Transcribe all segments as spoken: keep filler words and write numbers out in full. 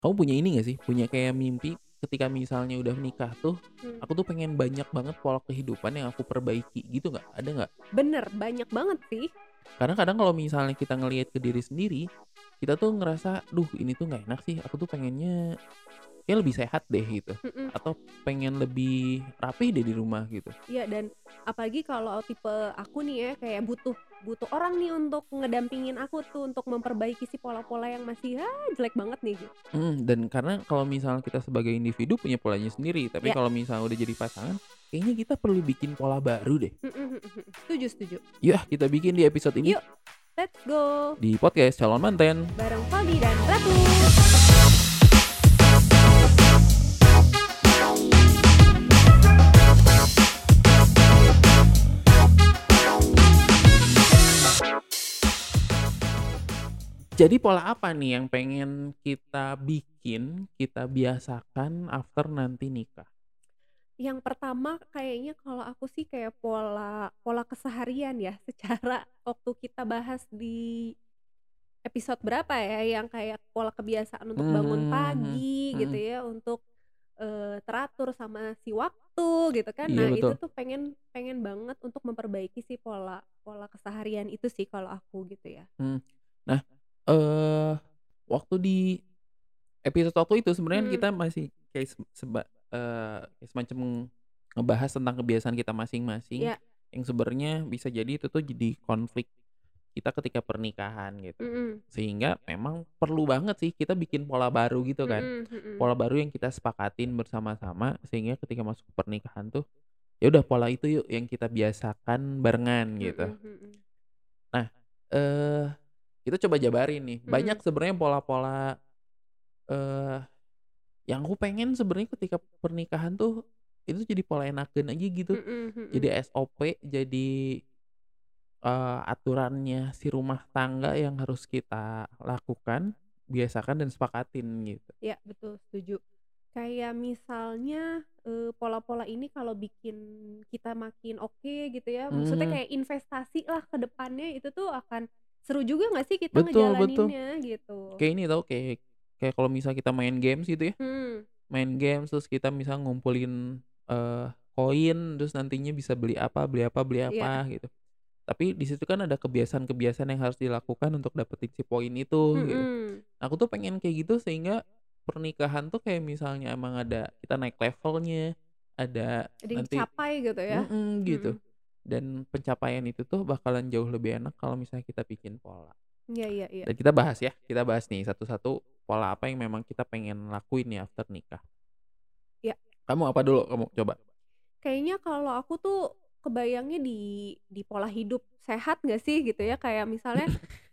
Kamu punya ini nggak sih, punya kayak mimpi ketika misalnya udah menikah tuh, Hmm. aku tuh pengen banyak banget pola kehidupan yang aku perbaiki gitu nggak? Ada nggak? Bener, banyak banget sih. Karena kadang kalau misalnya kita ngelihat ke diri sendiri, kita tuh ngerasa, "Duh ini tuh nggak enak sih, aku tuh pengennya kayak lebih sehat deh," gitu. Mhm. Atau pengen lebih rapih deh di rumah gitu. Iya, dan apalagi kalau tipe aku nih ya, kayak butuh butuh orang nih untuk ngedampingin aku tuh, untuk memperbaiki si pola-pola yang masih, ya jelek banget nih gitu. Mhm, dan karena kalau misalnya kita sebagai individu punya polanya sendiri, tapi Ya. kalau misalnya udah jadi pasangan, kayaknya kita perlu bikin pola baru deh. Mhm mhm mhm. Setuju setuju. Yuk ah, kita bikin di episode ini. Yuk, let's go. Di podcast Calon Manten. Bareng Valdi dan Ratu. Jadi pola apa nih yang pengen kita bikin, kita biasakan after nanti nikah? Yang pertama kayaknya kalau aku sih kayak pola pola keseharian ya, secara waktu kita bahas di episode berapa ya, yang kayak pola kebiasaan untuk bangun Mmm, mhm pagi gitu mhm. ya, untuk, eee, teratur sama si waktu gitu kan. Iya Nah itu betul. tuh pengen pengen banget untuk memperbaiki si pola pola keseharian itu sih kalau aku gitu ya. Mmm. Nah, eee, waktu di episode waktu itu sebenarnya Mhm. kita masih kayak sem seba eee, kayak semacam ngebahas tentang kebiasaan kita masing-masing, Iya. yang sebenarnya bisa jadi itu tuh jadi konflik kita ketika pernikahan gitu. Mhm. Sehingga memang perlu banget sih kita bikin pola baru gitu kan. Mhm mhm. Pola baru yang kita sepakatin bersama-sama sehingga ketika masuk ke pernikahan tuh, ya udah pola itu yuk yang kita biasakan barengan gitu. Mhm mhm. Nah, eee, kita coba jabarin nih, banyak Mhm. sebenarnya pola-pola, eee, yang aku pengen sebenarnya ketika pernikahan tuh, itu jadi pola enakeun aja gitu. Mhm Jadi mhm. S O P, jadi, eee, aturannya si rumah tangga yang harus kita lakukan, biasakan dan sepakatin gitu. Ya betul, setuju. Kayak misalnya, eee, pola-pola ini kalau bikin kita makin oke gitu ya, maksudnya Mhm. kayak investasi lah ke depannya, itu tuh akan seru juga nggak sih kita Betul betul. ngejalaninnya gitu. Kayak ini tau, kayak kayak kalau misalnya kita main games gitu ya, Hmm. main games terus kita misal ngumpulin, eee, koin terus nantinya bisa beli apa beli apa beli Iya. apa gitu. Tapi di situ kan ada kebiasaan-kebiasaan yang harus dilakukan untuk dapetin si poin itu gitu. Mhm. Aku tuh pengen kayak gitu sehingga pernikahan tuh kayak misalnya emang ada kita naik levelnya, ada Ada yang nanti dicapai gitu ya. mhm, gitu. Mhm. Dan pencapaian itu tuh bakalan jauh lebih enak kalau misalnya kita bikin pola. Iya iya iya. Dan kita bahas ya, kita bahas nih satu-satu pola apa yang memang kita pengen lakuin nih after nikah. Ya. Kamu apa dulu kamu coba? Kayaknya kalau aku tuh kebayangnya di di pola hidup sehat nggak sih gitu ya, kayak misalnya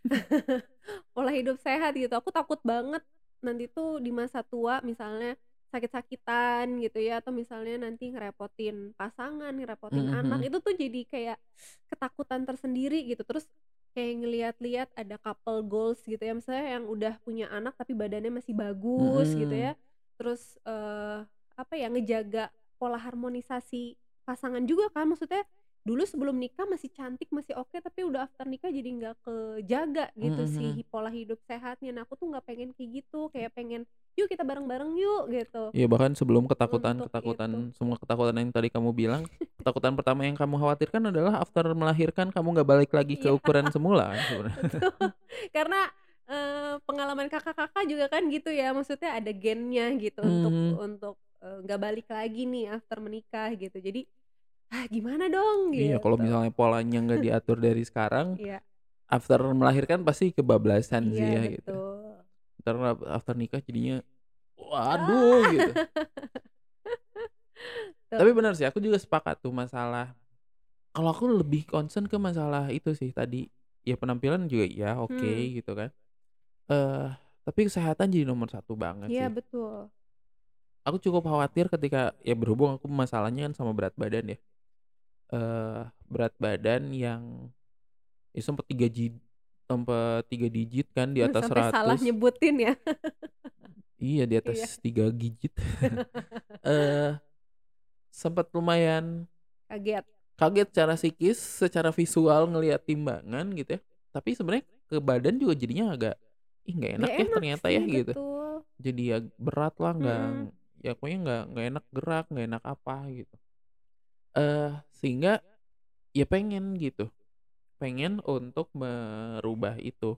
pola hidup sehat gitu. Aku takut banget nanti tuh di masa tua misalnya sakit-sakitan gitu ya, atau misalnya nanti ngerepotin pasangan, ngerepotin Mhm anak, mhm. itu tuh jadi kayak ketakutan tersendiri gitu. Terus kayak ngelihat-lihat ada couple goals gitu ya, misalnya yang udah punya anak tapi badannya masih bagus gitu Mhm. ya. Terus, eee, apa ya, ngejaga pola harmonisasi pasangan juga kan, maksudnya dulu sebelum nikah masih cantik, masih oke, tapi udah after nikah jadi nggak kejaga gitu Mhm sih mhm. pola hidup sehatnya. Nah aku tuh nggak pengen kayak gitu, kayak pengen, "Yuk kita bareng-bareng yuk," gitu, Iya bahkan sebelum untuk itu. ketakutan-ketakutan semua ketakutan yang tadi kamu bilang, ketakutan pertama yang kamu khawatirkan adalah after melahirkan kamu nggak balik lagi ke Iya, ukuran semula kan sebenarnya. betul. Karena, eee, pengalaman kakak-kakak juga kan gitu ya, maksudnya ada gennya gitu untuk Mhm. untuk, eee, nggak balik lagi nih after menikah gitu. Jadi, ah gimana dong Iya kalau gitu. misalnya polanya nggak diatur dari sekarang, Iya. after melahirkan pasti kebablasan sih Iya ya gitu. betul. Entar ap after nikah jadinya, waduh Ah. gitu. Tapi Tuh. bener sih aku juga sepakat tuh masalah kalau aku lebih concern ke masalah itu sih tadi, ya penampilan juga iya oke Hmm. gitu kan, eee, tapi kesehatan jadi nomor satu banget Iya sih. betul. Aku cukup khawatir ketika ya berhubung aku masalahnya kan sama berat badan ya, eee, berat badan yang ya sempet tiga ji sempet tiga digit kan di atas Sampai salah seratus. nyebutin ya. Iya di Iya. atas tiga digit. Eee, sempet lumayan Kaget. kaget secara psikis, secara visual ngelihat timbangan gitu ya, tapi sebenarnya ke badan juga jadinya agak, ih nggak enak Nggak ya enak ternyata ya sih, gitu. betul. jadi ya berat lah, nggak Mhm. ya pokoknya nggak nggak enak gerak, nggak enak apa gitu. Eh, sehingga ya pengen gitu, pengen untuk merubah itu.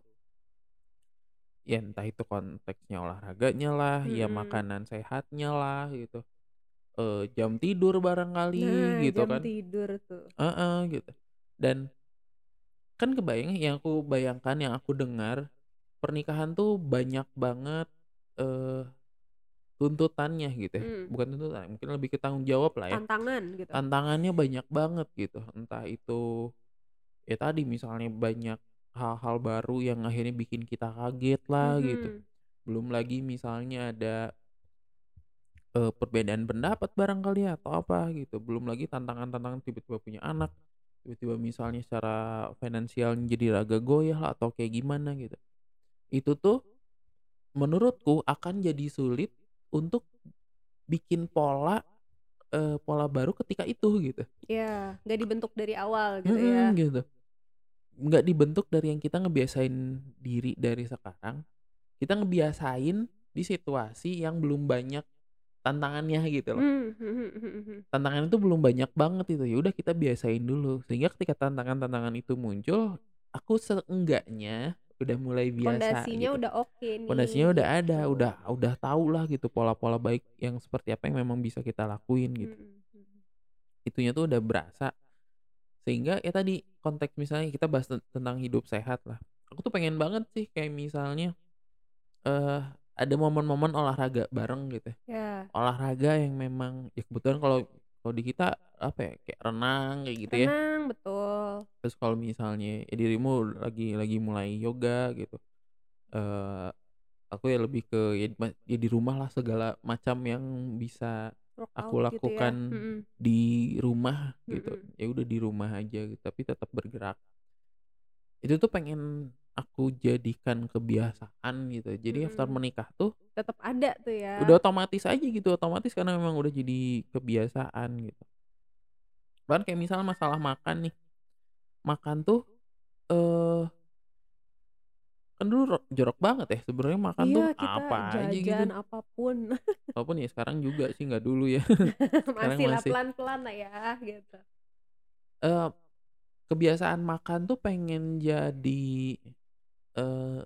Ya entah itu konteksnya olahraganya lah, ya Mhm. makanan sehatnya lah gitu, eee, jam tidur barangkali Nah, gitu jam kan. tidur tuh. Heeh, gitu. Dan kan kebayang yang aku bayangkan, yang aku dengar, pernikahan tuh banyak banget, eee, tuntutannya gitu ya, Mhm. bukan tuntutan, mungkin lebih ke tanggung jawab lah ya. Tantangan gitu. Tantangannya banyak banget gitu, entah itu ya tadi misalnya banyak hal-hal baru yang akhirnya bikin kita kaget lah gitu. Mhm. Belum lagi misalnya ada, eee, perbedaan pendapat barangkali ya atau apa gitu, belum lagi tantangan-tantangan tiba-tiba punya anak, tiba-tiba misalnya secara finansial jadi agak goyah lah atau kayak gimana gitu. Itu tuh menurutku akan jadi sulit untuk bikin pola, eee, pola baru ketika itu gitu. Iya, nggak dibentuk dari awal gitu Mhm, ya. gitu. Nggak dibentuk dari yang kita ngebiasain diri dari sekarang, kita ngebiasain di situasi yang belum banyak tantangannya gitu loh. Mmm, mhm mhm mhm. Tantangan itu belum banyak banget itu, ya udah kita biasain dulu, sehingga ketika tantangan-tantangan itu muncul, aku seenggaknya udah mulai biasa Pondasinya gitu. udah oke nih Pondasinya udah ada, gitu. udah udah tahulah gitu pola-pola baik yang seperti apa yang memang bisa kita lakuin gitu. Mhm mhm. Itunya tuh udah berasa, sehingga ya tadi konteks misalnya kita bahas ten tentang hidup sehat lah. Aku tuh pengen banget sih kayak misalnya, eee, ada momen-momen olahraga bareng gitu ya. Ya, Olahraga yang memang ya kebetulan kalau kalau di kita apa ya, kayak renang kayak gitu ya. renang betul. Terus kalau misalnya ya dirimu lagi lagi mulai yoga gitu, eee, aku ya lebih ke ya ma ya di rumah lah segala macam yang bisa aku Workout gitu ya. lakukan Mhm di rumah gitu, mhm ya udah di rumah aja gitu, tapi tetap bergerak. Itu tuh pengen aku jadikan kebiasaan gitu. Jadi after mhm. menikah tuh Tetep ada tuh udah ya. otomatis aja gitu, otomatis karena memang udah jadi kebiasaan gitu. Bahkan kayak misalnya masalah makan nih, makan tuh, eee, kan dulu ro jorok banget ya sebenarnya makan tuh Iya, kita apa aja jajan gitu. apapun. Walaupun ya sekarang juga sih nggak dulu ya, sekarang Masih lah masih. pelan-pelan lah ya gitu. Eee, kebiasaan makan tuh pengen jadi, eee,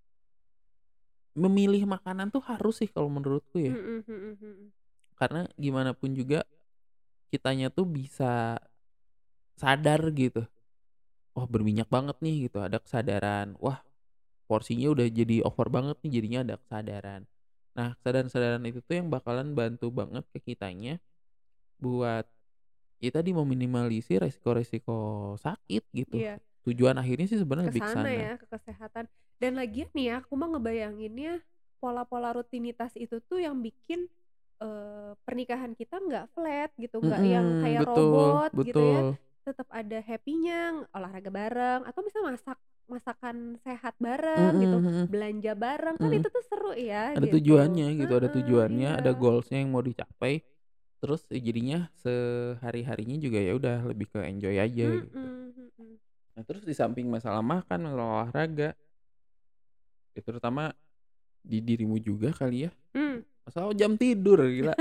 memilih makanan tuh harus sih kalau menurutku ya. Mhm mhm mhm. Karena gimana pun juga kitanya tuh bisa sadar gitu, wah berminyak banget nih gitu, ada kesadaran, wah porsinya udah jadi over banget nih, jadinya ada kesadaran. Nah, kesadaran-kesadaran itu tuh yang bakalan bantu banget ke kitanya buat ya tadi meminimalisir resiko-resiko sakit gitu. Iya. Tujuan akhirnya sih sebenarnya Ke lebih ke sana sana. ya, ke kesehatan. Dan lagian nih ya, aku mah ngebayanginnya pola-pola rutinitas itu tuh yang bikin, eee, pernikahan kita nggak flat gitu, nggak yang Mhm, kayak betul robot gitu ya. betul. Tetap ada happy-nya, olahraga bareng, atau misal masak masakan sehat bareng Mhm gitu, mhm belanja bareng, kan mhm. itu tuh seru ya Ada gitu. tujuannya gitu, ada Heeh, tujuannya, ada iya. goals-nya yang mau dicapai, terus ya jadinya sehari-harinya juga ya udah lebih ke enjoy aja gitu. Mhm mhm. Nah, terus di samping masalah makan, masalah olahraga, ya terutama di dirimu juga kali ya, Mmm. masalah jam tidur gila.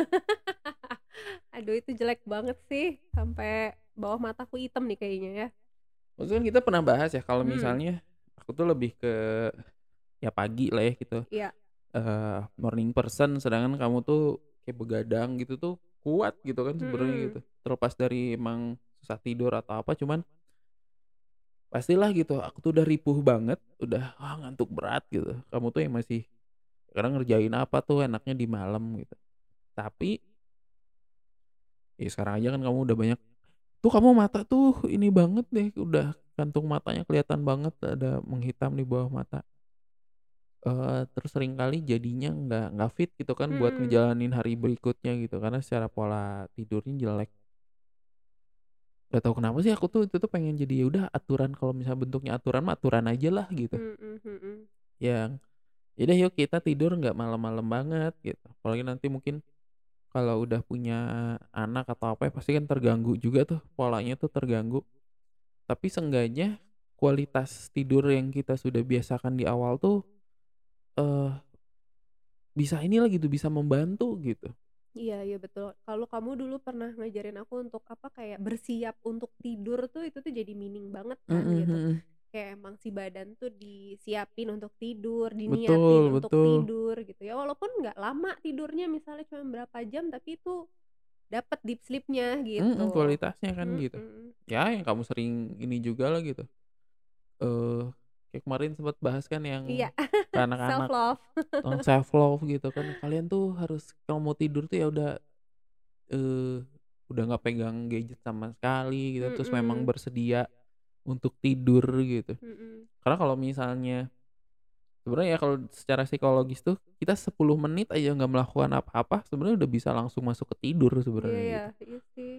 Aduh itu jelek banget sih, sampai bawah mataku hitam nih kayaknya ya. Maksudnya kan kita pernah bahas ya kalau Mmm, misalnya aku tuh lebih ke ya pagi lah ya gitu, iya. eee, morning person sedangkan kamu tuh kayak begadang gitu tuh kuat gitu kan sebenarnya gitu. Mhm. Terlepas dari emang susah tidur atau apa cuman pastilah gitu aku tuh udah ripuh banget, udah, wah ngantuk berat gitu. Kamu tuh yang masih kadang ngerjain apa tuh enaknya di malam gitu. Tapi ya sekarang aja kan kamu udah banyak tuh kamu mata tuh ini banget deh, udah kantung matanya kelihatan banget ada menghitam di bawah mata. Eee, terus seringkali jadinya nggak nggak fit gitu kan buat Mhm. ngejalanin hari berikutnya gitu, karena secara pola tidurnya jelek. Nggak tahu kenapa sih aku tuh itu tuh pengen jadi ya udah aturan kalau misalnya bentuknya aturan mah aturan aja lah gitu. Mhm mhm. Yang, ya udah yuk kita tidur nggak malam-malam banget gitu. Apalagi nanti mungkin kalau udah punya anak atau apa ya pasti kan terganggu juga tuh, polanya tuh terganggu. Tapi seenggaknya kualitas tidur yang kita sudah biasakan di awal tuh, eee bisa inilah gitu, bisa membantu gitu. Iya iya betul. Kalau kamu dulu pernah ngajarin aku untuk apa, kayak bersiap untuk tidur tuh, itu tuh jadi meaning banget kan Mhm gitu. mhm. Kayak emang si badan tuh disiapin untuk tidur, diniatin Betul untuk betul. tidur gitu ya. Walaupun nggak lama tidurnya, misalnya cuma berapa jam, tapi itu dapet deep sleep-nya Mhm, gitu. kualitasnya kan gitu. Mhm. Ya yang kamu sering ini jugalah gitu, eee, kayak kemarin sempet bahas kan Iya, yang ke self anak-anak love. tentang self love gitu kan, kalian tuh harus kalau mau tidur tuh ya udah, eee, udah nggak pegang gadget sama sekali gitu, terus memang Mhm. bersedia untuk tidur gitu. Mhm. Karena kalau misalnya sebenarnya ya kalau secara psikologis tuh kita sepuluh menit aja nggak melakukan apa-apa sebenarnya udah bisa langsung masuk ke tidur Iya sebenarnya ya, gitu. iya sih.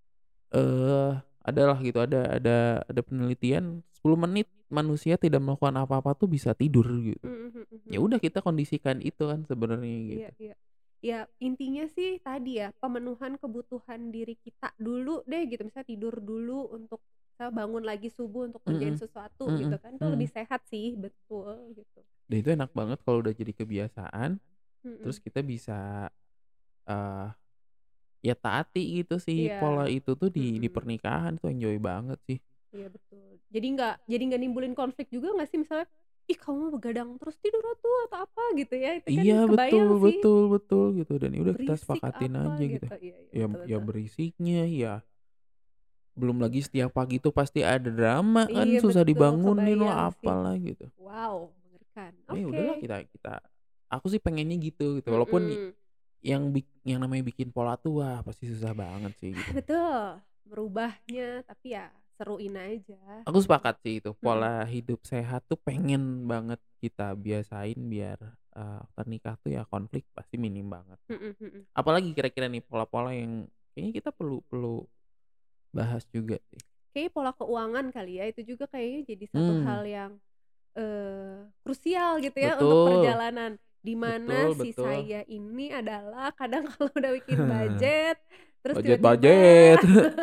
Eee, adalah gitu, ada ada ada penelitian sepuluh menit manusia tidak melakukan apa-apa tuh bisa tidur gitu. Mhm mhm Ya mhm. udah kita kondisikan itu kan sebenarnya Iya gitu. iya. Ya intinya sih tadi ya, pemenuhan kebutuhan diri kita dulu deh gitu, misalnya tidur dulu untuk bisa bangun lagi subuh untuk ngerjain Mhm, sesuatu gitu mhm, kan, itu lebih mhm. sehat sih, betul gitu. Dan itu enak banget kalau udah jadi kebiasaan, terus Mhm. kita bisa, eee, ya taati gitu si pola Iya, itu tuh di di mhm. pernikahan tuh enjoy banget sih. Iya betul. Jadi nggak jadi nggak nimbulin konflik juga nggak sih misalnya, "Ih kamu begadang terus tidur atuh," atau apa gitu ya, itu kan Iya betul kebayang sih, betul betul gitu dan ya udah kita berisik sepakatin apa aja gitu. gitu. Iya iya, Ya betul ya betul. berisiknya, ya belum lagi setiap pagi tuh pasti ada drama kan, Iya susah betul, dibangunin kebayang lah, sih. apalah gitu. Wow, mengerikan. Ya udahlah Oke. kita kita aku sih pengennya gitu gitu, walaupun Mhm. yang bik yang namanya bikin pola tuh wah pasti susah banget sih gitu. Betul, merubahnya tapi ya seruin aja Aku gitu. sepakat sih itu, Mhm. pola hidup sehat tuh pengen banget kita biasain biar, eee, pernikah tuh ya konflik pasti minim banget lah. Mhm mhm. Apalagi kira-kira nih pola-pola yang kayaknya kita perlu perlu bahas juga sih? Kayaknya pola keuangan kali ya, itu juga kayaknya jadi satu Mmm, hal yang, eee, krusial gitu ya untuk betul, perjalanan. Di mana betul si betul. saya ini adalah kadang kalau udah bikin budget, terus tiba-tiba Budget-budget,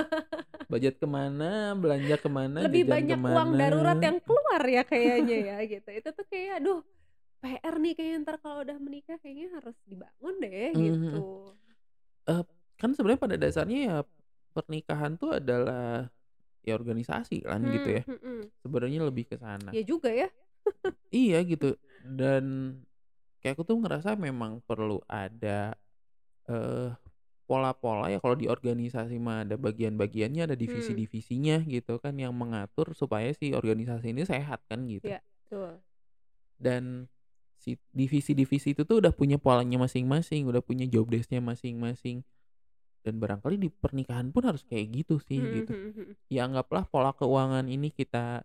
budget kemana, belanja kemana, lebih jajan banyak uang kemana. darurat yang keluar ya kayaknya ya gitu. Itu tuh kayak aduh P R nih kayaknya entar kalau udah menikah kayaknya harus dibangun deh Mhm mhm. gitu. Eee, kan sebenarnya pada dasarnya ya pernikahan tuh adalah ya organisasi kan gitu Mmm, ya, mhm. sebenarnya lebih ke sana. Iya juga ya. Iya gitu, dan kayak aku tuh ngerasa memang perlu ada, eee, pola-pola ya kalau di organisasi mah ada bagian-bagiannya, ada Mmm, divisi-divisinya gitu kan yang mengatur supaya si organisasi ini sehat kan gitu. iya betul. Dan si divisi-divisi itu tuh udah punya polanya masing-masing, udah punya job desk-nya masing-masing, dan barangkali di pernikahan pun harus kayak gitu sih Mhm gitu. mhm mhm. Ya anggaplah pola keuangan ini kita,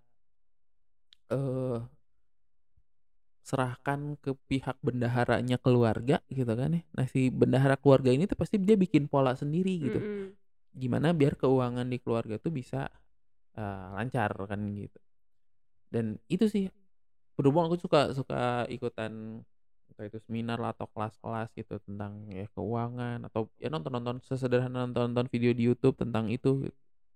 eee, serahkan ke pihak bendaharanya keluarga gitu kan ya. Nah si bendahara keluarga ini tuh pasti dia bikin pola sendiri gitu, Mhm. gimana biar keuangan di keluarga tuh bisa, eee, lancar kan gitu. Dan itu sih, berhubung aku suka suka ikutan entah itu seminar lah atau kelas-kelas gitu tentang ya keuangan atau ya nonton-nonton sesederhana nonton-nonton video di YouTube tentang itu.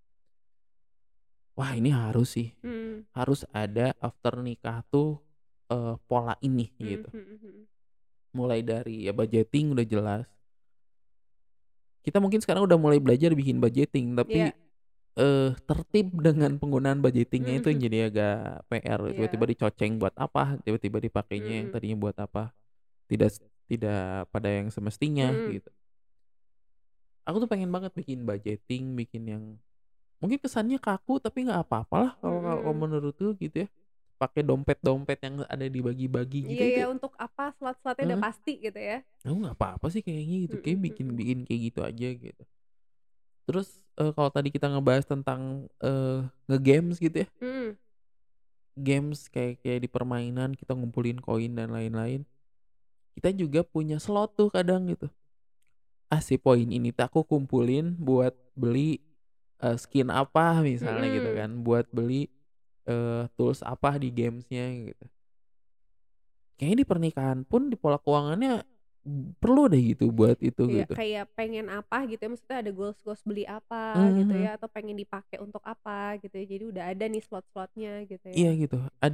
Wah ini harus sih, Mhm. harus ada after nikah tuh, eee, pola ini Mhm gitu. mhm mhm. Mulai dari ya budgeting udah jelas, kita mungkin sekarang udah mulai belajar bikin budgeting tapi, Iya. eee, tertib dengan penggunaan budgeting-nya itu Mhm. yang jadi agak P R, tiba-tiba Iya. dicoceng buat apa, tiba-tiba dipakainya yang Mhm. tadinya buat apa, tidak s tidak pada yang semestinya Mhm. gitu. Aku tuh pengen banget bikin budgeting, bikin yang mungkin kesannya kaku tapi nggak apa-apalah kalau kalau Mhm. menurutku gitu ya. Pakai dompet-dompet yang ada dibagi-bagi gitu Iya itu ya untuk apa slot-slotnya udah mhm, pasti gitu ya. aku nggak apa-apa sih kayaknya gitu, kayak Mhm bikin mhm. bikin kayak gitu aja gitu. Terus, eee, kalau tadi kita ngebahas tentang, eee, nge-games gitu ya, Mhm. games kayak kayak di permainan kita ngumpulin koin dan lain-lain, kita juga punya slot tuh kadang gitu. Ah, si poin ini tuh aku kumpulin buat beli, eee, skin apa misalnya gitu Mhm. kan, buat beli, eee, tools apa di games-nya gitu. Kayaknya di pernikahan pun di pola keuangannya, mmm, perlu deh gitu buat itu Iya, gitu. kayak pengen apa gitu ya, maksudnya ada goals-goals beli apa Mhm gitu mhm. ya, atau pengen dipakai untuk apa gitu ya, jadi udah ada nih slot-slotnya gitu Iya ya. gitu, ada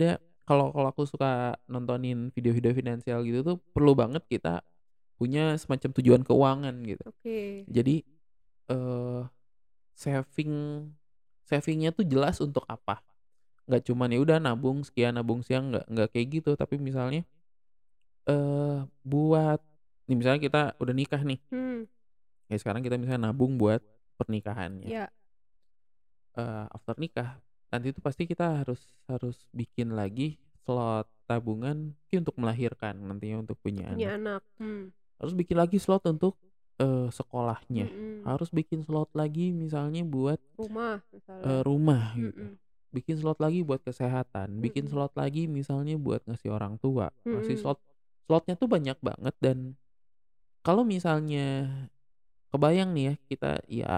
kalau kalau aku suka nontonin video-video finansial gitu tuh perlu banget kita punya semacam tujuan keuangan gitu. Oke. Jadi, eee, saving saving-nya tuh jelas untuk apa, nggak cuman ya udah nabung sekian nabung sekian, nggak nggak kayak gitu. Tapi misalnya, eee, buat nih misalnya kita udah nikah nih, Hmm. ya sekarang kita misalnya nabung buat pernikahannya. Ya. Eee, after nikah, nanti itu pasti kita harus harus bikin lagi slot tabungan mungkin untuk melahirkan, nantinya untuk Untuk punya anak. punya anak. Hmm. Harus bikin lagi slot untuk, eee, sekolahnya, Mhm. harus bikin slot lagi misalnya buat, Rumah eee, misalnya. rumah gitu, Mhm. bikin slot lagi buat kesehatan, bikin Mhm. slot lagi misalnya buat ngasih orang tua, ngasih Mhm. slot slotnya tuh banyak banget. Dan kalau misalnya kebayang nih ya kita ya,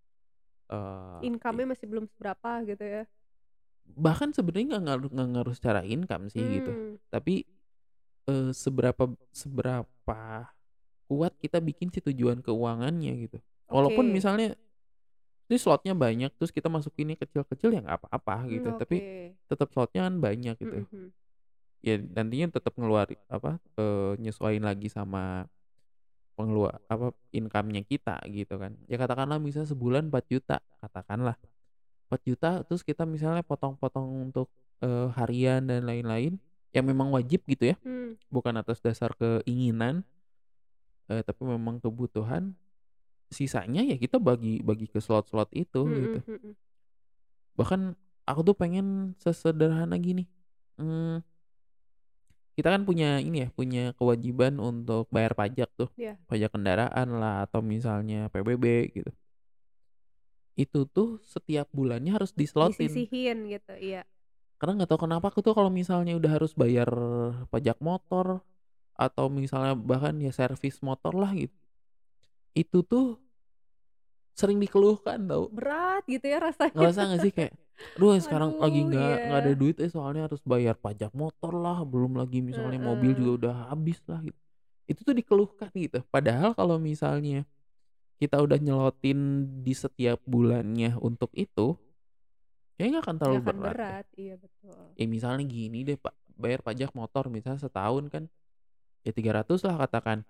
eee, i Income-nya masih belum seberapa gitu ya. bahkan sebenarnya nggak ngaruh nggak ngaruh secara income sih gitu, Hmm. tapi, eee, seberapa seberapa kuat kita bikin si tujuan keuangannya gitu. Walaupun Oke. misalnya ini slotnya banyak terus kita masukinnya kecil-kecil ya nggak apa-apa Mmm, gitu, tapi oke. tetep slotnya kan banyak gitu. Mhm mhm. Ya nantinya tetep ngeluari apa, eee, nyesuaiin lagi sama pengelua apa, income-nya kita gitu kan. Ya katakanlah misalnya sebulan empat juta katakanlah, empat juta terus kita misalnya potong-potong untuk, eee, harian dan lain-lain, yang memang wajib gitu ya, Mmm. bukan atas dasar keinginan, eee, tapi memang kebutuhan, sisanya ya kita bagi bagi ke slot-slot itu gitu. Mhm mhm. Bahkan aku tuh pengen sesederhana gini, mmm, kita kan punya ini ya, punya kewajiban untuk bayar pajak tuh, Iya. pajak kendaraan lah atau misalnya P B B gitu. Itu tuh setiap bulannya harus dislotin. Disisihin gitu, iya. Karena nggak tahu kenapa aku tuh kalau misalnya udah harus bayar pajak motor, atau misalnya bahkan ya servis motor lah gitu, itu tuh sering dikeluhkan tau. Berat gitu ya rasanya. Ngerasa nggak sih kayak, "Aduh sekarang lagi Aduh, nggak nggak ada iya. duit eh, soalnya harus bayar pajak motor lah, belum lagi misalnya mobil juga Heeh. udah habis lah," gitu. Itu tuh dikeluhkan gitu. Padahal kalau misalnya kita udah nyelotin di setiap bulannya untuk itu, kayaknya nggak akan terlalu Nggak akan berat deh. berat, iya betul. Ya misalnya gini deh, Pak, bayar pajak motor misalnya setahun kan, ya tiga ratus lah katakan.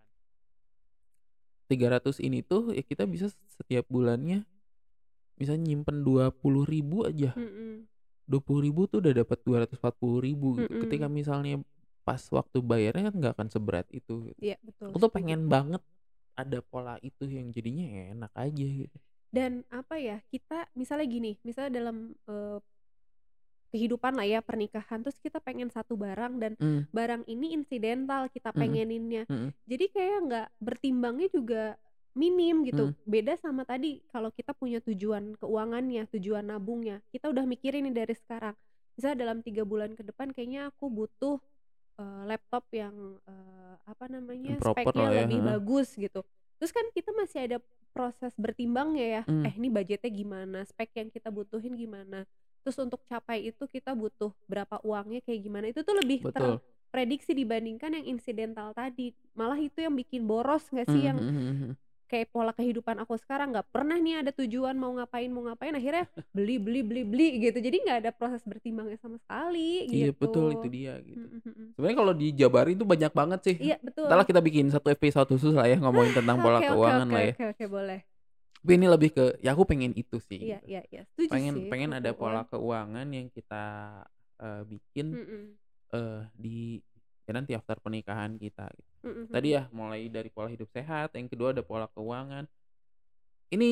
tiga ratus ini tuh ya kita bisa setiap bulannya bisa nyimpen dua puluh ribu aja. Mhm. dua puluh ribu tuh udah dapat dua ratus empat puluh ribu gitu. Ketika Mhm. misalnya pas waktu bayarnya kan nggak akan seberat itu gitu. Iya betul, Aku tuh setuju. pengen banget ada pola itu yang jadinya enak aja gitu. Dan apa ya, kita misalnya gini, misalnya dalam, eee, kehidupan lah ya, pernikahan, terus kita pengen satu barang dan Mmm, barang ini insidental kita mhm pengeninnya. mhm Jadi kayak nggak bertimbangnya juga minim gitu. mhm, Beda sama tadi kalau kita punya tujuan keuangannya, tujuan nabungnya, kita udah mikirin nih dari sekarang. Misalnya dalam tiga bulan ke depan kayaknya aku butuh, eee, laptop yang, eee, apa yang namanya, proper lah speknya ya, lebih heeh. bagus gitu. Terus kan kita masih ada proses bertimbangnya ya, Mmm, eh ini budgetnya gimana, spek yang kita butuhin gimana, terus untuk capai itu kita butuh berapa uangnya kayak gimana, itu tuh lebih betul. terprediksi dibandingkan yang insidental tadi. Malah itu yang bikin boros nggak sih, Mhm yang mhm mhm mhm. kayak pola kehidupan aku sekarang nggak pernah nih ada tujuan mau ngapain mau ngapain, akhirnya beli beli beli beli gitu. Jadi nggak ada proses bertimbangnya sama sekali Iya betul itu gitu. dia gitu. Mhm mhm. Sebenarnya kalau dijabarin tuh banyak banget sih. Iya Entar lah betul. kita bikin satu episode khusus lah ya ngomongin tentang pola Oke oke keuangan oke lah ya. oke oke boleh. Tapi ini lebih ke ya aku pengen itu sih Iya gitu. iya iya, setuju Pengen sih, pengen ada heeh. pola keuangan yang kita, eee, bikin, Mhm. eee, di ya nanti after pernikahan kita gitu. Mhm Tadi mhm. ya mulai dari pola hidup sehat, yang kedua ada pola keuangan. Ini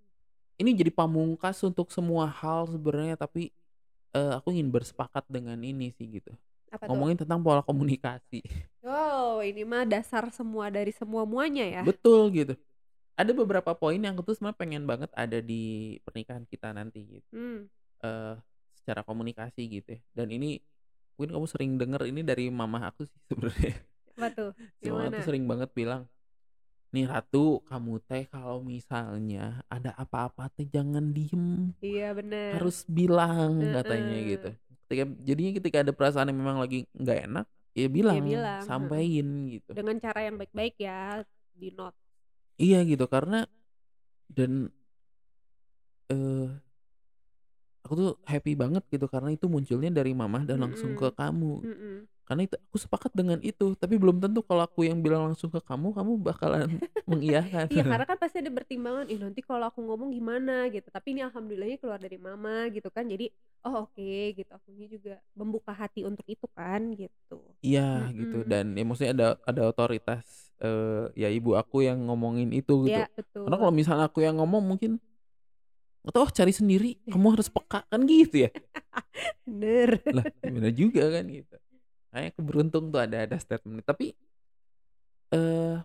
ini jadi pamungkas untuk semua hal sebenarnya tapi, eee, aku ingin bersepakat dengan ini sih gitu, Apa tuh? ngomongin tentang pola komunikasi. Wow, ini mah dasar semua dari semua-muanya ya? Betul gitu. Ada beberapa poin yang aku tuh sebenarnya pengen banget ada di pernikahan kita nanti gitu, Mmm, eee, secara komunikasi gitu ya. Dan ini mungkin kamu sering denger ini dari mama aku sih sebenarnya. apa tuh? Si Yang mama mana? tuh sering banget bilang, "Nih Ratu, kamu teh kalau misalnya ada apa-apa teh jangan diem, Iya bener, harus bilang," katanya gitu. heeh. Ketika jadinya ketika ada perasaan yang memang lagi nggak enak, ya Iya bilang, bilang, heeh. sampein gitu. Dengan cara yang baik-baik ya, di-note. Iya gitu karena dan, eee, aku tuh happy banget gitu karena itu munculnya dari mama dan langsung ke Mhm, kamu. mhm. Karena itu aku sepakat dengan itu, tapi belum tentu kalau aku yang bilang langsung ke kamu, kamu bakalan mengiyakan. Iya, karena kan pasti ada pertimbangan, "Ih, nanti kalau aku ngomong gimana?" Gitu. Tapi ini alhamdulillahnya keluar dari mama gitu kan. Jadi, oh oke gitu, akunya juga membuka hati untuk itu kan, gitu. Iya gitu Mhm. dan ya maksudnya ada ada otoritas, eee, ya ibu aku yang ngomongin itu gitu. Iya, Karena kalau betul. misalnya aku yang ngomong mungkin, atau, "Oh cari sendiri, kamu harus peka," kan gitu ya. Bener. Lah, ya bener juga kan gitu. Makanya aku beruntung tuh ada ada statement tapi, eee,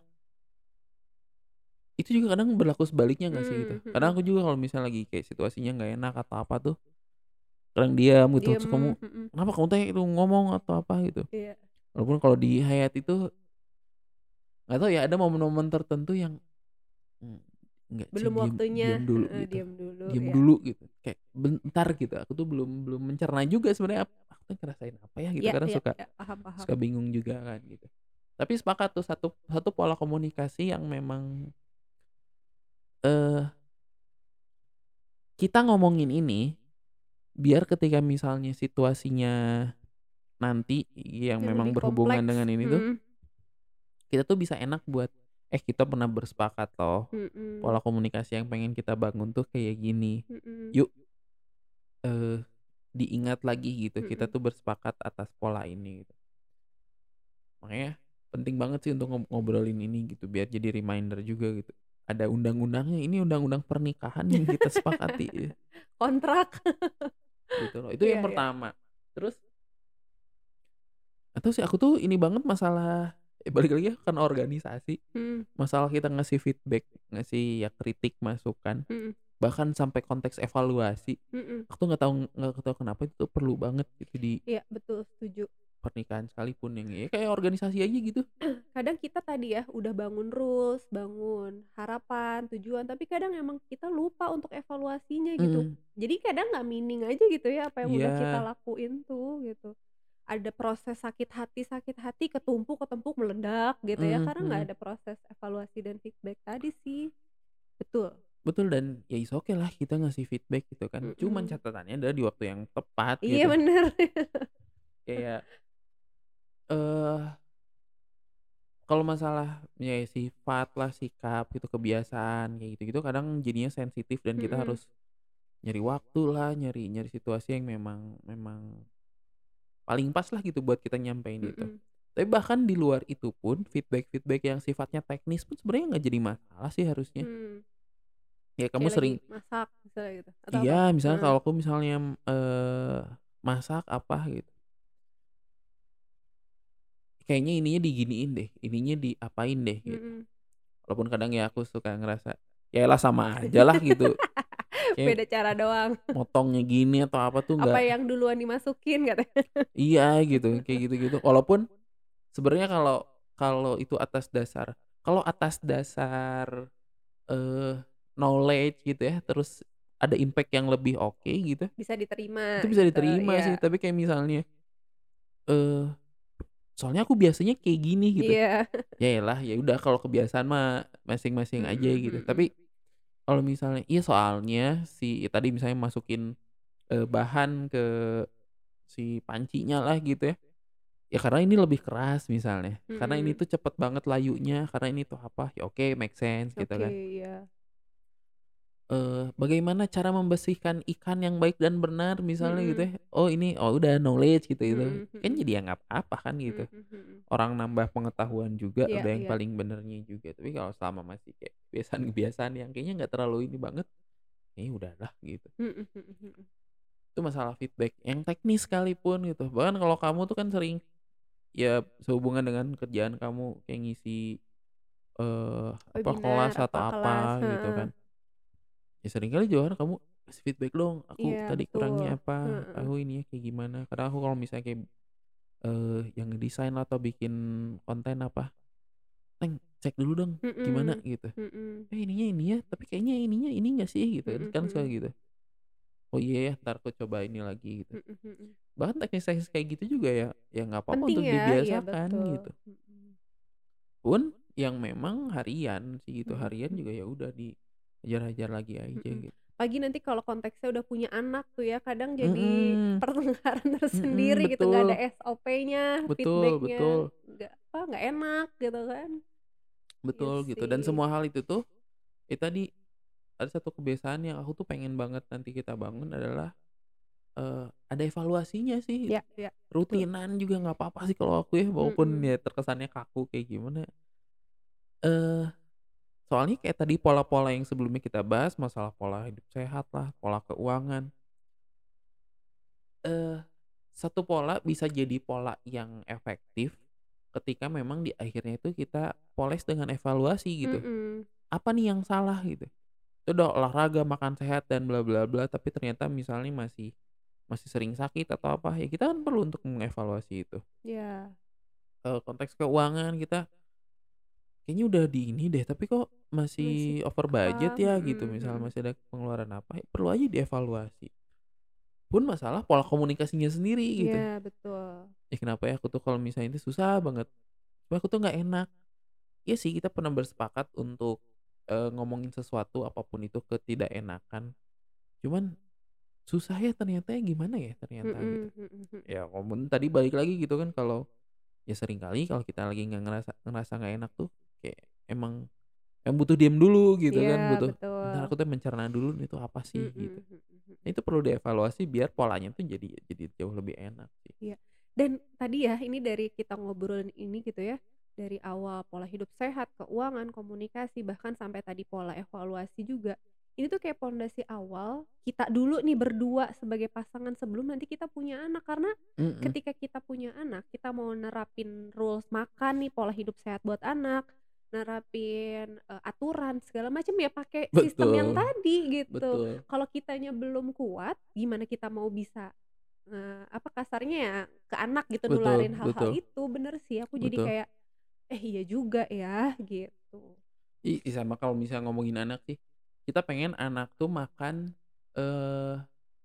itu juga kadang berlaku sebaliknya nggak sih gitu. Mmm, Kadang mhm. aku juga kalau misalnya lagi kayak situasinya nggak enak atau apa tuh, kadang diam gitu, terus kamu, Diem, mhm. "Kenapa kamu teh itu ngomong?" Atau apa gitu. Iya. Walaupun kalau di Hayat itu, nggak tahu ya ada momen-momen tertentu yang, mmm, nggak sih Belum diem waktunya, diem dulu heeh, gitu, diam dulu, diem ya. dulu gitu, kayak bentar gitu, aku tuh belum belum mencerna juga sebenarnya ap aku tuh ngerasain apa ya gitu, Iya, kadang iya, suka iya, paham, paham. suka bingung juga kan gitu. Tapi sepakat tuh satu satu pola komunikasi yang memang, eee, kita ngomongin ini, biar ketika misalnya situasinya nanti yang Yang memang lebih berhubungan kompleks, dengan ini tuh, mhm, kita tuh bisa enak buat, "Eh, kita pernah bersepakat loh, mhm, pola komunikasi yang pengen kita bangun tuh kayak gini. mhm, Yuk, eee, diingat lagi gitu, kita mhm. tuh bersepakat atas pola ini," gitu. Makanya penting banget sih untuk ngob ngobrolin ini gitu, biar jadi reminder juga gitu. Ada undang-undangnya, ini undang-undang pernikahan yang kita sepakati, Kontrak. gitu loh. Itu Iya, yang iya. pertama. Terus atau sih aku tuh ini banget masalah ya balik lagi ya kan organisasi, Mhm, masalah kita ngasih feedback, ngasih ya kritik, masukan, mhm, bahkan sampai konteks evaluasi, mhm. aku tuh nggak tahu nggak tahu kenapa itu tuh perlu banget gitu di Iya, betul, setuju. pernikahan sekalipun yang ya kayak organisasi aja gitu. Kadang kita tadi ya, udah bangun rules, bangun harapan, tujuan, tapi kadang emang kita lupa untuk evaluasinya gitu. Mhm, Jadi kadang nggak meaning aja gitu ya, apa yang udah kita iya, lakuin tuh, gitu. Ada proses sakit hati sakit hati, ketumpuk-ketumpuk, meledak gitu ya, mhm karena nggak mhm. ada proses evaluasi dan feedback tadi sih. Betul. Betul dan ya is oke lah kita ngasih feedback gitu kan, cuman Mhm. catatannya adalah di waktu yang tepat Iya gitu. bener. Kayak, eee, kalau masalah ya sifat lah, sikap gitu, kebiasaan kayak gitu-gitu kadang jadinya sensitif dan kita Mhm, harus nyari waktu lah, nyari nyari situasi yang memang memang paling pas lah gitu buat kita nyampein itu. mhm. Tapi bahkan di luar itu pun feedback-feedback yang sifatnya teknis pun sebenarnya nggak jadi masalah sih harusnya. Mmm, Ya kamu kayak lagi sering masak misalnya gitu, atau apa? iya misalnya Heeh, kalau aku misalnya, eee, masak apa gitu, kayaknya ininya diginiin deh, ininya diapain deh gitu. mhm. Walaupun kadang ya aku suka ngerasa, yaelah sama ajalah gitu, kayak Beda cara doang. motongnya gini atau apa tuh Apa nggak yang duluan dimasukin katanya. iya gitu, kayak gitu-gitu. Walaupun sebenarnya kalau kalau itu atas dasar kalau atas dasar, eee, knowledge gitu ya, terus ada impact yang lebih oke gitu, Bisa itu diterima bisa gitu, diterima sih. iya. Tapi kayak misalnya, eee, soalnya aku biasanya kayak gini gitu, Iya. ya elah, ya udah kalau kebiasaan mah masing-masing aja Mhm, gitu. mhm. Tapi kalau misalnya iya soalnya si tadi misalnya masukin, eee, bahan ke si pancinya lah gitu ya, ya karena ini lebih keras misalnya, karena ini Mhm. tuh cepet banget layunya, karena ini tuh apa, ya oke make sense gitu Oke, kan. iya. Eee, bagaimana cara membersihkan ikan yang baik dan benar misalnya gitu Mhm. ya, oh ini, oh udah knowledge gitu itu, Mhm, kan mhm. jadi ya nggak apa-apa kan gitu. Mhm, mhm. Orang nambah pengetahuan juga Iya, udah yang iya. paling benernya juga, tapi kalau selama masih kayak kebiasaan-kebiasaan yang kayaknya nggak terlalu ini banget, kayaknya udahlah gitu. Mhm, mhm, mhm. Itu masalah feedback yang teknis sekalipun gitu, bahkan kalau kamu tuh kan sering ya sehubungan dengan kerjaan kamu kayak ngisi, eee, apa Webinar, kelas apa atau kelas, apa gitu heeh. kan, ya seringkali juga kan kamu kasih feedback dong, "Aku Iya, tadi kurangnya betul. apa? Heeh. Aku ininya kayak gimana?" Kadang aku kalau misalnya kayak, eee, yang ngedesain atau bikin konten apa, "Neng cek dulu dong gimana?" Mhm. Gitu. Mhm. "Eh, ininya ini ya, tapi kayaknya ininya ini enggak sih?" Gitu kan, Mhm, kan suka mhm. gitu. "Oh iya ya, entar aku coba ini lagi," gitu. Mhm, mhm. Bahkan teknis-teknis kayak gitu juga ya, ya nggak apa-apa Penting untuk ya, iya dibiasakan betul. gitu. Mhm. Pun yang memang harian sih gitu, Mhm, harian mhm. juga ya udah dihajar-hajar lagi aja Mhm. gitu. Apalagi nanti kalau konteksnya udah punya anak tuh ya, kadang jadi Mhm, pertengkaran mhm, tersendiri gitu, nggak ada betul, S O P-nya, betul feedback-nya, betul, nggak apa, nggak enak gitu kan. Iya betul gitu dan sih. semua hal itu tuh, ya tadi, ada satu kebiasaan yang aku tuh pengen banget nanti kita bangun adalah, eee, ada evaluasinya sih gitu. Ya ya, betul. Rutinan juga nggak apa-apa sih kalau aku ya, walaupun Mhm, ya terkesannya kaku kayak gimana, eee, soalnya kayak tadi pola-pola yang sebelumnya kita bahas, masalah pola hidup sehat lah, pola keuangan, eee, satu pola bisa jadi pola yang efektif ketika memang di akhirnya itu kita poles dengan evaluasi gitu. mhm, Apa nih yang salah gitu? Itu udah olahraga, makan sehat dan bla bla bla, tapi ternyata misalnya masih masih sering sakit atau apa, ya kita kan perlu untuk mengevaluasi itu. iya, Eee, konteks keuangan kita kayaknya udah di ini deh, tapi kok masih masih over budget apa, ya gitu, mhm misal mhm. masih ada pengeluaran apa, ya perlu aja dievaluasi. Pun masalah pola komunikasinya sendiri gitu. Iya betul, Ya kenapa ya aku tuh kalau misalnya itu susah banget, cuma aku tuh nggak enak. Iya sih kita pernah bersepakat untuk, eee, ngomongin sesuatu apapun itu ketidakenakan, cuman susah ya ternyata ya, gimana ya ternyata gitu. mhm mhm mhm. Ya walaupun tadi balik lagi gitu kan kalau, ya seringkali kalau kita lagi nggak ngerasa ngerasa nggak enak tuh kayak emang Yang butuh diem dulu gitu Iya kan, butuh, "Bentar betul, aku tuh mencerna dulu nih itu apa sih?" mhm Gitu. mhm Nah mhm. itu perlu dievaluasi biar polanya tuh jadi jadi jauh lebih enak sih. Iya, dan tadi ya ini dari kita ngobrolin ini gitu ya, dari awal pola hidup sehat, keuangan, komunikasi, bahkan sampai tadi pola evaluasi juga. Ini tuh kayak pondasi awal kita dulu nih berdua sebagai pasangan sebelum nanti kita punya anak. Karena Mhm, ketika kita punya anak, kita mau nerapin rules makan nih, pola hidup sehat buat anak, nerapin, eee, aturan segala macam ya pakai sistem yang betul, tadi gitu. betul, Kalau kitanya belum kuat, gimana kita mau bisa Eee, apa kasarnya ya, ke anak gitu betul nularin hal-hal betul itu, bener sih aku jadi betul. kayak, "Eh, iya juga ya," gitu. I i sama kalau misalnya ngomongin anak sih, kita pengen anak tuh makan, eee,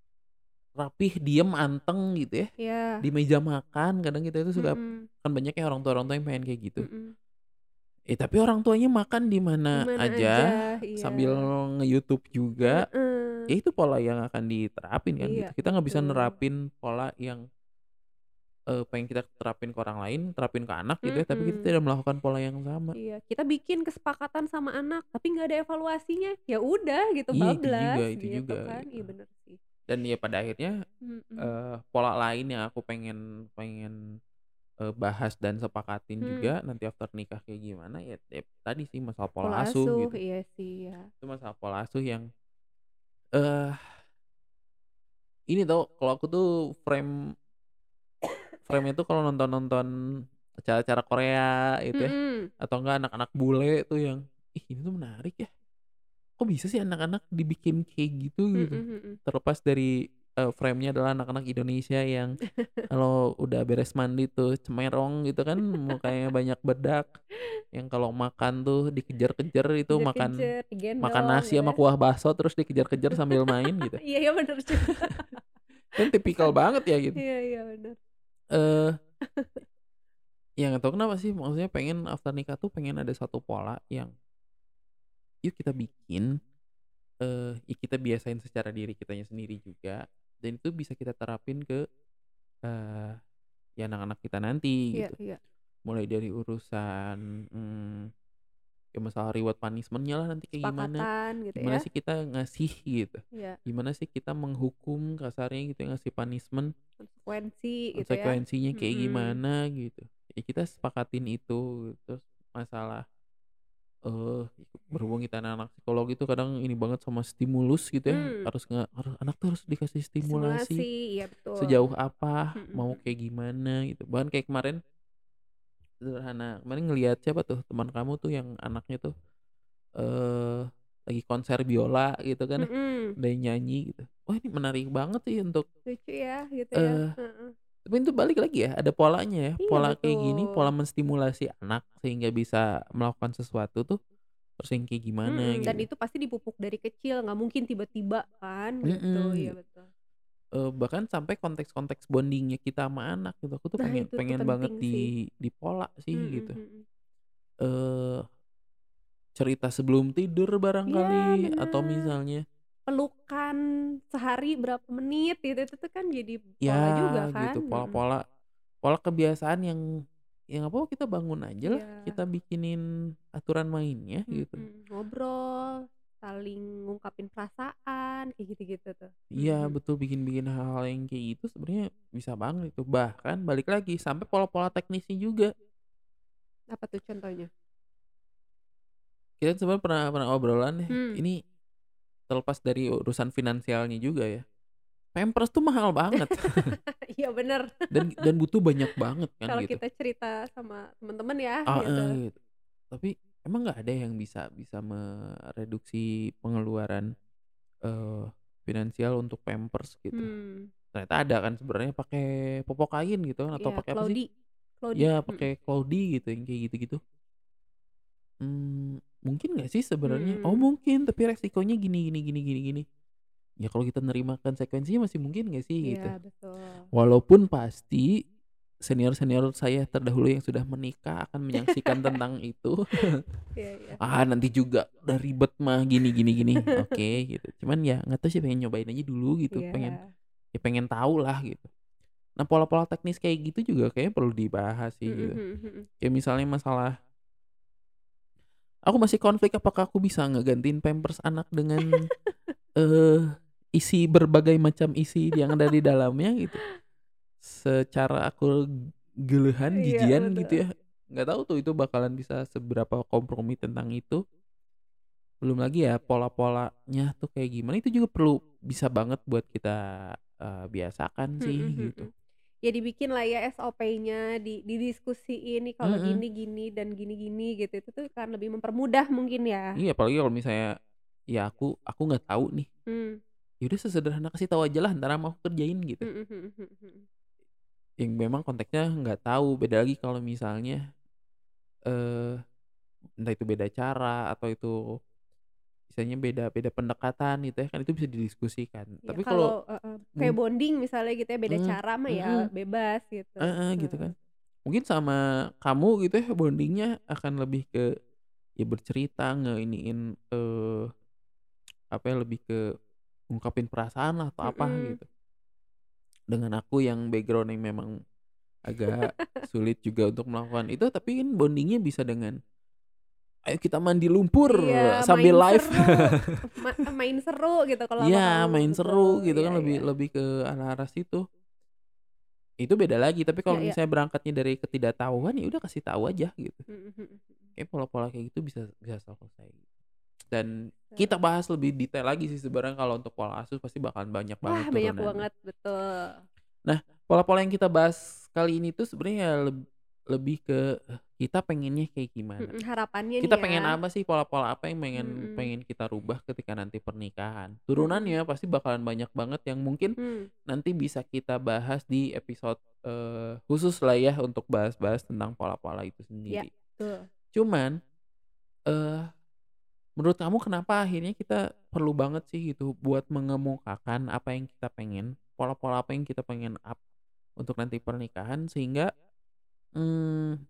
rapih, diem, anteng gitu ya, Iya, di meja makan kadang kita itu suka mhm kan banyak ya orang tua-orang tua yang pengen kayak gitu. mhm, Eh, tapi orang tuanya makan di di mana mana aja aja, iya, sambil nge-YouTube juga. heeh, Ya itu pola yang akan diterapin kan iya gitu. Kita nggak bisa betul, nerapin pola yang, eee, pengen kita terapin ke orang lain, terapin ke anak gitu ya, tapi kita mhm, tidak melakukan pola yang sama. iya, kita bikin kesepakatan sama anak tapi nggak ada evaluasinya, ya udah gitu Iya itu juga bablas itu gitu juga kan, gitu. iya bener sih, Dan ya pada akhirnya, mhm, eee, pola lain yang aku pengen pengen, eee, bahas dan sepakatin mmm, juga nanti after nikah kayak gimana ya ya tadi sih masalah pola pola asuh asuh, gitu. iya sih ya, Itu masalah pola asuh yang, eee, ini tau kalau aku tuh frame frame-nya tuh kalau nonton-nonton acara-acara Korea gitu ya, mhm, atau enggak anak-anak bule tuh yang, "Ih ini tuh menarik ya, kok bisa sih anak-anak dibikin kayak gitu?" mhm Gitu. mhm. Terlepas dari, eee, frame-nya adalah anak-anak Indonesia yang kalau udah beres mandi tuh cemerong gitu kan, mukanya banyak bedak, yang kalau makan tuh dikejar-kejar itu makan Kejar-kejar, makan digendong nasi gitu sama ya. kuah bakso terus dikejar-kejar sambil main gitu. Iya iya bener juga. Kan tipikal banget ya gitu. Iya iya bener. Eee, ya nggak tahu kenapa sih, maksudnya pengen after nikah tuh pengen ada satu pola yang yuk kita bikin, eee, ya kita biasain secara diri kitanya sendiri juga, dan itu bisa kita terapin ke, eee, ya anak-anak kita nanti Iya gitu. iya. Mulai dari urusan, mmm, ya masalah reward punishment-nya lah nanti kayak gimana, Kesepakatan gitu gimana ya. sih kita ngasih gitu, Iya, gimana sih kita menghukum kasarnya gitu ya, ngasih punishment, konsekuensi gitu ya. konsekuensinya kayak Mhm. gimana gitu. Ya kita sepakatin itu, terus masalah Eee, berhubung kita anak-anak psikologi tuh kadang ini banget sama stimulus gitu ya, Mmm, harus nge harus anak tuh harus dikasih stimulasi, stimulasi, iya betul. sejauh apa, Mhm mau mhm. kayak gimana gitu. Bahkan kayak kemarin sederhana, kemarin ngelihat siapa tuh, teman kamu tuh yang anaknya tuh, eee, lagi konser biola gitu kan ya, Mhm. ada yang nyanyi gitu. Wah ini menarik banget sih untuk, Lucu ya gitu ya. eee, Heeh. tapi itu balik lagi ya, ada polanya ya, Iya pola kayak gini, pola betul. menstimulasi anak sehingga bisa melakukan sesuatu tuh, harus yang kayak gimana Mhm, dan gitu. itu pasti dipupuk dari kecil, nggak mungkin tiba-tiba kan gitu. Mhm. Iya betul. Eee, bahkan sampai konteks-konteks bonding-nya kita sama anak gitu, aku tuh Nah pengen itu tuh pengen banget penting sih. di dipola sih Mhm gitu. mhm. Eee, cerita sebelum tidur Iya barangkali atau bener. misalnya pelukan sehari berapa menit gitu, itu tuh kan jadi pola juga Ya gitu, kan, mhm. pola-pola pola kebiasaan yang yang apa kita bangun ajalah, Iya. kita bikinin aturan mainnya gitu. Mhm, ngobrol, saling ngungkapin perasaan, kayak gitu-gitu tuh. Iya Mhm. betul, bikin-bikin hal-hal yang kayak gitu sebenarnya bisa banget itu, bahkan balik lagi sampai pola-pola teknisnya juga. Apa tuh contohnya? Kita sebenarnya pernah pernah obrolan ya, Hmm. ini terlepas dari urusan finansialnya juga ya, pampers tuh mahal banget Iya bener. dan dan butuh banyak banget kan Kalau gitu. kita cerita sama temen-temen ya Heeh, gitu. gitu. Tapi emang nggak ada yang bisa bisa mereduksi pengeluaran, eee, finansial untuk pampers gitu. Hmm. Ternyata ada kan sebenarnya pakai popok kain gitu kan atau Iya, pakai apa sih? Claudi Claudi, Ya mhm. pakai Claudie gitu yang kayak gitu-gitu. Mmm, mungkin nggak sih sebenarnya? Oh Mhm. mungkin, tapi resikonya gini gini gini gini gini. Ya kalau kita nerima konsekuensinya masih mungkin nggak sih gitu. Iya betul. Walaupun pasti senior-senior saya terdahulu yang sudah menikah akan menyaksikan tentang itu. Iya iya. Ah, nanti juga udah ribet mah gini gini gini. Oke gitu. Cuman ya nggak tahu sih, pengen nyobain aja dulu gitu, pengen Iya. ya pengen tahu lah gitu. Nah pola-pola teknis kayak gitu juga kayaknya perlu dibahas sih Mhm gitu. mhm mhm. Kayak misalnya masalah aku masih konflik apakah aku bisa ngegantiin pampers anak dengan, eee, isi berbagai macam isi yang ada di dalamnya gitu. Secara aku gelehan, Iya jijian betul. gitu ya, nggak tahu tuh itu bakalan bisa seberapa kompromi tentang itu. Belum lagi ya pola-polanya tuh kayak gimana, itu juga perlu bisa banget buat kita, eee, biasakan Mhm sih mhm. gitu. Ya dibikinlah ya S O P-nya, di didiskusiin nih kalau Mhm. gini gini dan gini gini gitu, itu tuh kan lebih mempermudah mungkin ya? Iya apalagi kalau misalnya, ya aku aku nggak tahu nih, Mmm. ya udah sesederhana kasih tahu ajalah entar ama aku kerjain gitu. Mhm mhm mhm mhm. Yang memang konteksnya nggak tahu, beda lagi kalau misalnya, eee, entah itu beda cara atau itu misalnya beda beda pendekatan gitu ya, kan itu bisa didiskusikan. Ya Tapi kalau kalau heeh, kayak mung bonding misalnya gitu ya, beda mmm, cara mah ya mhm, bebas gitu, heeh, gitu heeh. kan. Mungkin sama kamu gitu ya bonding-nya akan lebih ke, ya bercerita ngeiniin, eee, apa ya, lebih ke ungkapin perasaan lah atau apa Mhm. gitu. Dengan aku yang background yang memang agak sulit juga untuk melakukan itu, tapi kan bonding-nya bisa dengan, "Ayo kita mandi lumpur Iya, sambil main live." seru, ma main seru gitu kalau Iya, sama kamu, main seru betul, gitu iya kan, lebih iya. lebih ke arah-arah situ. Itu beda lagi, tapi kalau Iya iya. misalnya berangkatnya dari ketidaktahuan, ya udah kasih tahu aja gitu. Mhm mhm mhm. Kayak pola-pola kayak gitu bisa bisa selesai. Dan kita Betul. bahas lebih detail lagi sih sebenarnya kalau untuk pola asuh pasti bakalan banyak banget Wah banyak turunannya. banget, betul. Nah, pola-pola yang kita bahas kali ini tuh sebenarnya ya leb lebih ke, eh, kita pengennya kayak gimana? Mhm, harapannya nih Kita ya. pengen apa sih, pola-pola apa yang pengen Mhm. pengen kita rubah ketika nanti pernikahan? Mhm. Turunannya pasti bakalan banyak banget yang mungkin Mmm. nanti bisa kita bahas di episode, eee, khusus lah ya untuk bahas-bahas tentang pola-pola itu Iya, sendiri. betul. Cuman, eee, menurut kamu kenapa akhirnya kita perlu banget sih gitu buat mengemukakan apa yang kita pengen, pola-pola apa yang kita pengen up untuk nanti pernikahan sehingga, mmm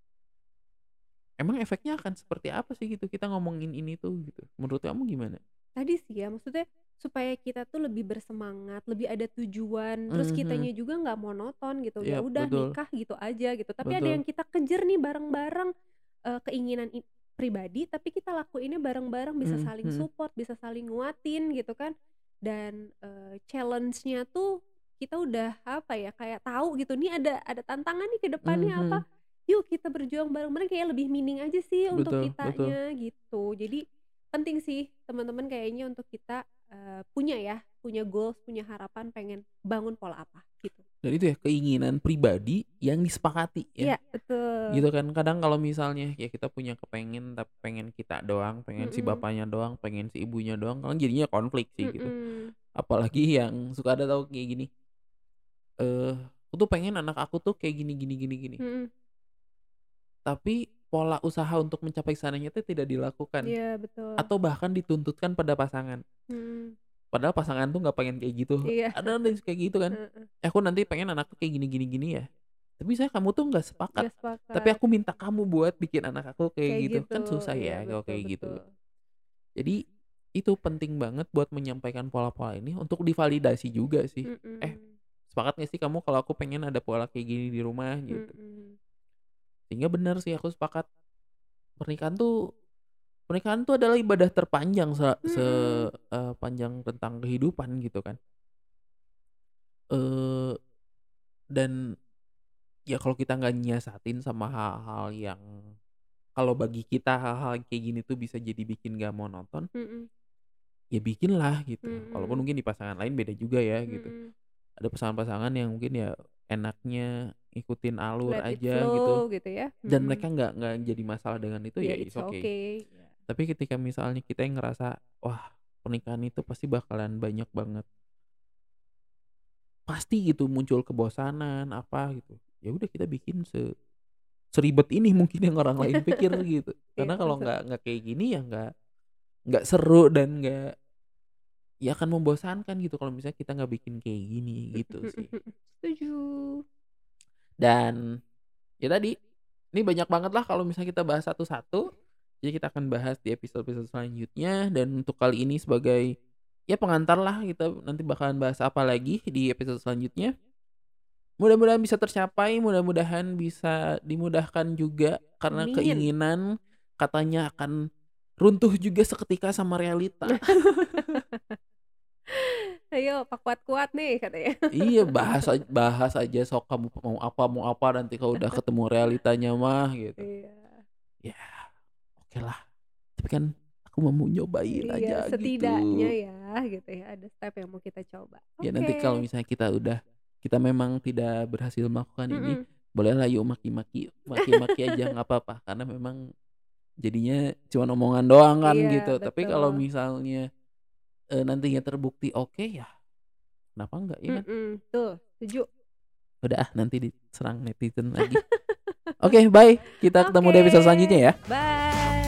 emang efeknya akan seperti apa sih gitu kita ngomongin ini tuh gitu, menurut kamu gimana? Tadi sih ya, maksudnya supaya kita tuh lebih bersemangat, lebih ada tujuan, terus Mhm. kitanya juga nggak monoton gitu, ya Iya udah betul, nikah gitu aja gitu, tapi ada yang betul. kita kejar nih bareng-bareng, eee, keinginan i pribadi, tapi kita lakuinnya bareng-bareng, bisa Mhm saling mhm. support, bisa saling nguatin gitu kan. Dan, eee, challenge-nya tuh kita udah apa ya, kayak tahu gitu, nih ada ada tantangan nih ke depannya apa, Mhm. yuk kita berjuang bareng-bareng, kayak lebih meaning aja sih untuk Betul betul. kitanya gitu. Jadi penting sih teman-teman kayaknya untuk kita, eee, punya ya, punya goals, punya harapan pengen bangun pola apa gitu. Dan itu ya keinginan pribadi yang disepakati ya, Iya betul. gitu kan. Kadang kalau misalnya ya kita punya kepengen tapi pengen kita doang, pengen si Mhm. bapaknya doang, pengen si ibunya doang, kan jadinya konflik sih gitu. Mhm. Apalagi yang suka ada tahu kayak gini, eee, "Aku tuh pengen anak aku tuh kayak gini gini gini gini." Mhm. Tapi pola usaha untuk mencapai sananya itu tidak dilakukan Iya betul. atau bahkan dituntutkan pada pasangan. Mhm. Padahal pasangan tuh nggak pengen kayak gitu. Iya. Ada ada yang kayak gitu kan, Heeh. "Eh, aku nanti pengen anakku kayak gini gini gini ya." Tapi misalnya kamu tuh nggak sepakat, Nggak tapi sepakat. aku minta kamu buat bikin anak aku kayak Kayak gitu, gitu, kan susah iya ya kalau betul kayak gitu. betul. Jadi itu penting banget buat menyampaikan pola-pola ini untuk divalidasi juga sih. "Eh, Mhm. sepakat gak sih kamu kalau aku pengen ada pola kayak gini di rumah?" Gitu. Mhm. Sehingga bener sih aku sepakat, pernikahan tuh pernikahan tuh adalah ibadah terpanjang se se Mhm. eee, panjang tentang kehidupan gitu kan. Eee, dan ya kalau kita nggak nyiasatin sama hal-hal yang kalau bagi kita hal-hal kayak gini tuh bisa jadi bikin nggak monoton, Mhm. ya bikinlah gitu. Walaupun Mhm. mungkin di pasangan lain beda juga ya gitu. Mhm. Ada pasangan-pasangan yang mungkin ya enaknya ngikutin alur Let it aja gitu, flow gitu ya. dan mereka Mhm. nggak nggak jadi masalah dengan itu, Ya ya it's it's okay. okay. Ya. Tapi ketika misalnya kita yang ngerasa, wah pernikahan itu pasti bakalan banyak banget, pasti gitu muncul kebosanan apa gitu, ya udah kita bikin se seribet ini mungkin yang orang lain pikir gitu. Iya Karena kalau maksud nggak nggak kayak gini ya nggak nggak seru dan nggak, ya akan membosankan gitu kalau misalnya kita nggak bikin kayak gini gitu mhm sih. mhm. Setuju. Dan ya tadi, ini banyak banget lah kalau misalnya kita bahas satu-satu. Jadi kita akan bahas di episode-episode selanjutnya, dan untuk kali ini sebagai ya pengantar lah, kita nanti bakalan bahas apa lagi di episode selanjutnya. Mudah-mudahan bisa tercapai, mudah-mudahan bisa dimudahkan juga karena Amin. keinginan katanya akan runtuh juga seketika sama realita. Ayo Pak kuat-kuat nih katanya. Iya, bahas aj bahas aja sok kamu mau apa mau apa, nanti kalau udah ketemu realitanya mah gitu. Iya. Ya, okelah. Tapi kan aku mau mau nyobain Iya, aja setidaknya gitu. ya gitu ya, ada step yang mau kita coba. Ya nanti kalau Oke. misalnya kita udah kita memang tidak berhasil melakukan ini, Mhm. bolehlah yuk maki-maki, maki-maki aja nggak apa-apa, karena memang jadinya cuman omongan doang kan Iya, gitu. Tapi kalau betul. misalnya, eee, nantinya terbukti oke, ya kenapa enggak, ya kan? Mhm, betul, setuju. Udah ah, nanti diserang netizen lagi. Oke, bye, kita ketemu di Oke, episode selanjutnya ya. bye.